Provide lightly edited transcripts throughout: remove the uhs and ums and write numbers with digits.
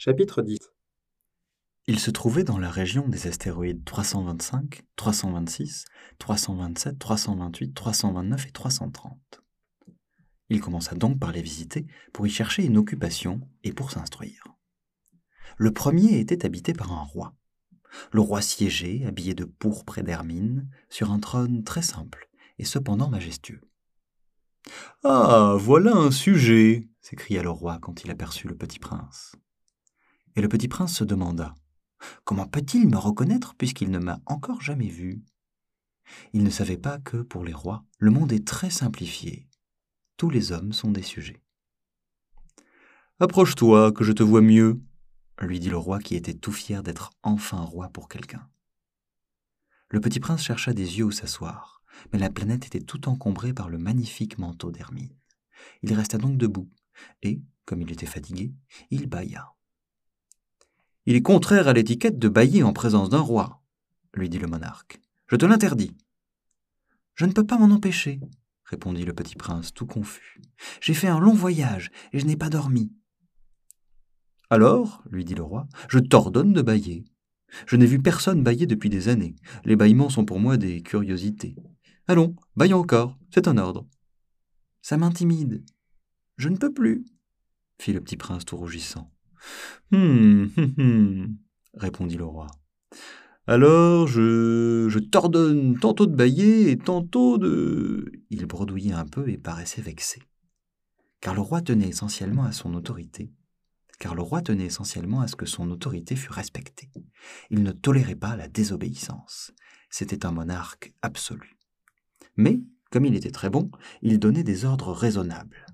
Chapitre 10. Il se trouvait dans la région des astéroïdes 325, 326, 327, 328, 329 et 330. Il commença donc par les visiter pour y chercher une occupation et pour s'instruire. Le premier était habité par un roi. Le roi siégeait, habillé de pourpre et d'hermine, sur un trône très simple et cependant majestueux. « Ah, voilà un sujet !» s'écria le roi quand il aperçut le petit prince. Et le petit prince se demanda: comment peut-il me reconnaître puisqu'il ne m'a encore jamais vu? Il ne savait pas que, pour les rois, le monde est très simplifié. Tous les hommes sont des sujets. « Approche-toi, que je te vois mieux, » lui dit le roi qui était tout fier d'être enfin roi pour quelqu'un. Le petit prince chercha des yeux où s'asseoir, mais la planète était tout encombrée par le magnifique manteau d'hermine. Il resta donc debout, et, comme il était fatigué, il bâilla. « Il est contraire à l'étiquette de bâiller en présence d'un roi, » lui dit le monarque. « Je te l'interdis. »« Je ne peux pas m'en empêcher, » répondit le petit prince tout confus. « J'ai fait un long voyage et je n'ai pas dormi. »« Alors, » lui dit le roi, « je t'ordonne de bâiller. Je n'ai vu personne bâiller depuis des années. Les bâillements sont pour moi des curiosités. Allons, bâillons encore, c'est un ordre. »« Ça m'intimide. Je ne peux plus, » fit le petit prince tout rougissant. « répondit le roi. Alors, je t'ordonne tantôt de bâiller et tantôt de... » Il bredouillait un peu et paraissait vexé. Car le roi tenait essentiellement à son autorité. Car le roi tenait essentiellement à ce que son autorité fût respectée. Il ne tolérait pas la désobéissance. C'était un monarque absolu. Mais, comme il était très bon, il donnait des ordres raisonnables.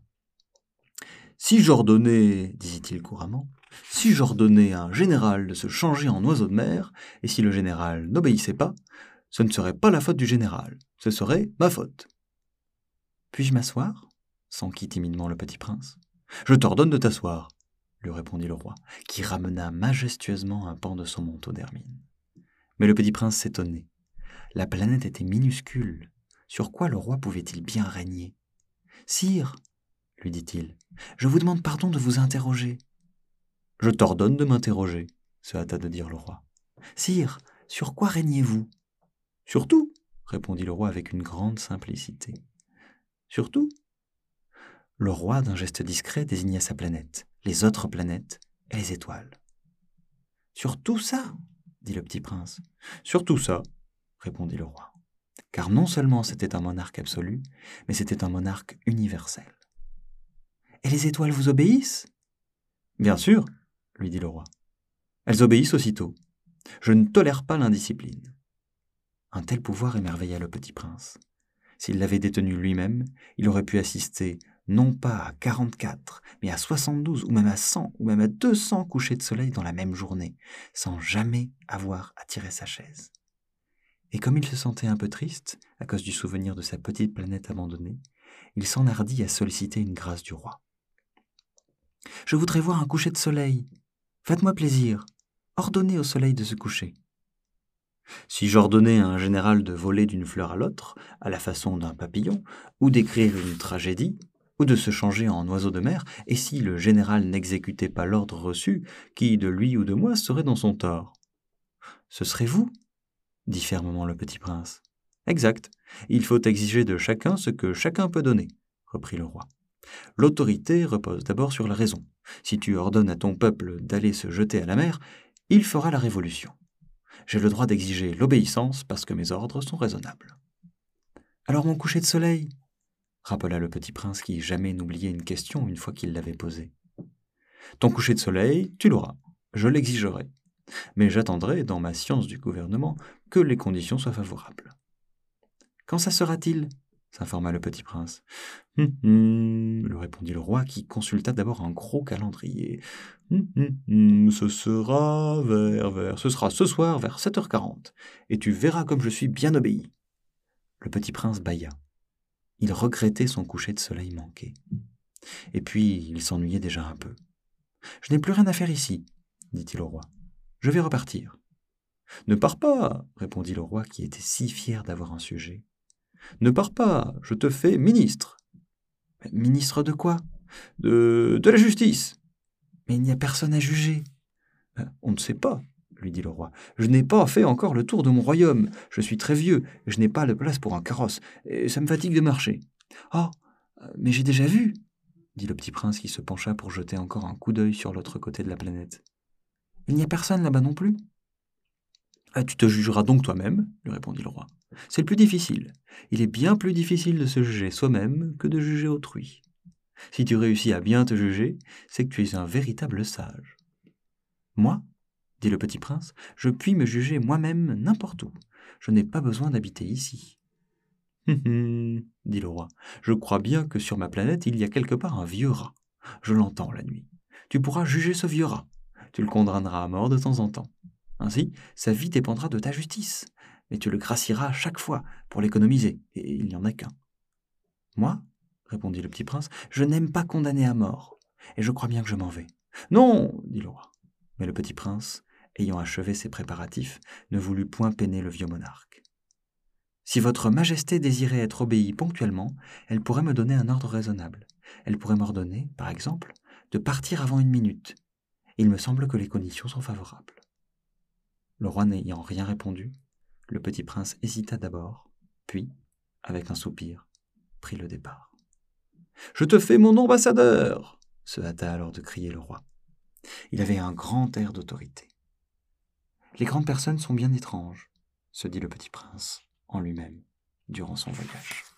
« Si j'ordonnais, disait-il couramment, si j'ordonnais à un général de se changer en oiseau de mer, et si le général n'obéissait pas, ce ne serait pas la faute du général, ce serait ma faute. »« Puis-je m'asseoir » s'enquit timidement le petit prince. « Je t'ordonne de t'asseoir, » lui répondit le roi, qui ramena majestueusement un pan de son manteau d'hermine. Mais le petit prince s'étonnait. La planète était minuscule. Sur quoi le roi pouvait-il bien régner ? « Sire, » lui dit-il, « je vous demande pardon de vous interroger. »« Je t'ordonne de m'interroger, » se hâta de dire le roi. « Sire, sur quoi régnez-vous ?»« Sur tout, » répondit le roi avec une grande simplicité. « Sur tout ?» Le roi, d'un geste discret, désigna sa planète, les autres planètes et les étoiles. « Sur tout ça ?» dit le petit prince. « Sur tout ça, » répondit le roi. Car non seulement c'était un monarque absolu, mais c'était un monarque universel. « Et les étoiles vous obéissent ?»« Bien sûr, » lui dit le roi. « Elles obéissent aussitôt. Je ne tolère pas l'indiscipline. » Un tel pouvoir émerveilla le petit prince. S'il l'avait détenu lui-même, il aurait pu assister non pas à 44, mais à 72, ou même à 100, ou même à 200 couchers de soleil dans la même journée, sans jamais avoir à tirer sa chaise. Et comme il se sentait un peu triste, à cause du souvenir de sa petite planète abandonnée, il s'enhardit à solliciter une grâce du roi. « Je voudrais voir un coucher de soleil. Faites-moi plaisir. Ordonnez au soleil de se coucher. » « Si j'ordonnais à un général de voler d'une fleur à l'autre, à la façon d'un papillon, ou d'écrire une tragédie, ou de se changer en oiseau de mer, et si le général n'exécutait pas l'ordre reçu, qui de lui ou de moi serait dans son tort ? » ?»« Ce serait vous, » dit fermement le petit prince. « Exact. Il faut exiger de chacun ce que chacun peut donner, » reprit le roi. « L'autorité repose d'abord sur la raison. Si tu ordonnes à ton peuple d'aller se jeter à la mer, il fera la révolution. J'ai le droit d'exiger l'obéissance parce que mes ordres sont raisonnables. »« Alors mon coucher de soleil ?» rappela le petit prince qui jamais n'oubliait une question une fois qu'il l'avait posée. « Ton coucher de soleil, tu l'auras. Je l'exigerai. Mais j'attendrai, dans ma science du gouvernement, que les conditions soient favorables. »« Quand ça sera-t-il » s'informa le petit prince. « lui répondit le roi qui consulta d'abord un gros calendrier. « Ce sera ce sera ce soir vers 7h40, et tu verras comme je suis bien obéi. » Le petit prince bâilla. Il regrettait son coucher de soleil manqué. Et puis il s'ennuyait déjà un peu. « Je n'ai plus rien à faire ici, » dit-il au roi. « Je vais repartir. »« Ne pars pas, » répondit le roi qui était si fier d'avoir un sujet. « Ne pars pas, je te fais ministre. »« Ministre de quoi ? De la justice. »« Mais il n'y a personne à juger. » On ne sait pas, lui dit le roi. Je n'ai pas fait encore le tour de mon royaume. Je suis très vieux, je n'ai pas de place pour un carrosse, et ça me fatigue de marcher. Ah, mais j'ai déjà vu, dit le petit prince qui se pencha pour jeter encore un coup d'œil sur l'autre côté de la planète. Il n'y a personne là-bas non plus. Ah, tu te jugeras donc toi-même, lui répondit le roi. C'est le plus difficile. Il est bien plus difficile de se juger soi-même que de juger autrui. Si tu réussis à bien te juger, c'est que tu es un véritable sage. Moi, dit le petit prince, je puis me juger moi-même n'importe où. Je n'ai pas besoin d'habiter ici. Dit le roi, je crois bien que sur ma planète il y a quelque part un vieux rat. Je l'entends la nuit. Tu pourras juger ce vieux rat. Tu le condamneras à mort de temps en temps. Ainsi, sa vie dépendra de ta justice. Mais tu le gracieras chaque fois pour l'économiser, et il n'y en a qu'un. Moi, répondit le petit prince, je n'aime pas condamner à mort, et je crois bien que je m'en vais. Non, dit le roi. Mais le petit prince, ayant achevé ses préparatifs, ne voulut point peiner le vieux monarque. Si votre majesté désirait être obéie ponctuellement, elle pourrait me donner un ordre raisonnable. Elle pourrait m'ordonner, par exemple, de partir avant 1 minute. Il me semble que les conditions sont favorables. Le roi n'ayant rien répondu, le petit prince hésita d'abord, puis, avec un soupir, prit le départ. « Je te fais mon ambassadeur !» se hâta alors de crier le roi. Il avait un grand air d'autorité. « Les grandes personnes sont bien étranges, se dit le petit prince en lui-même durant son voyage.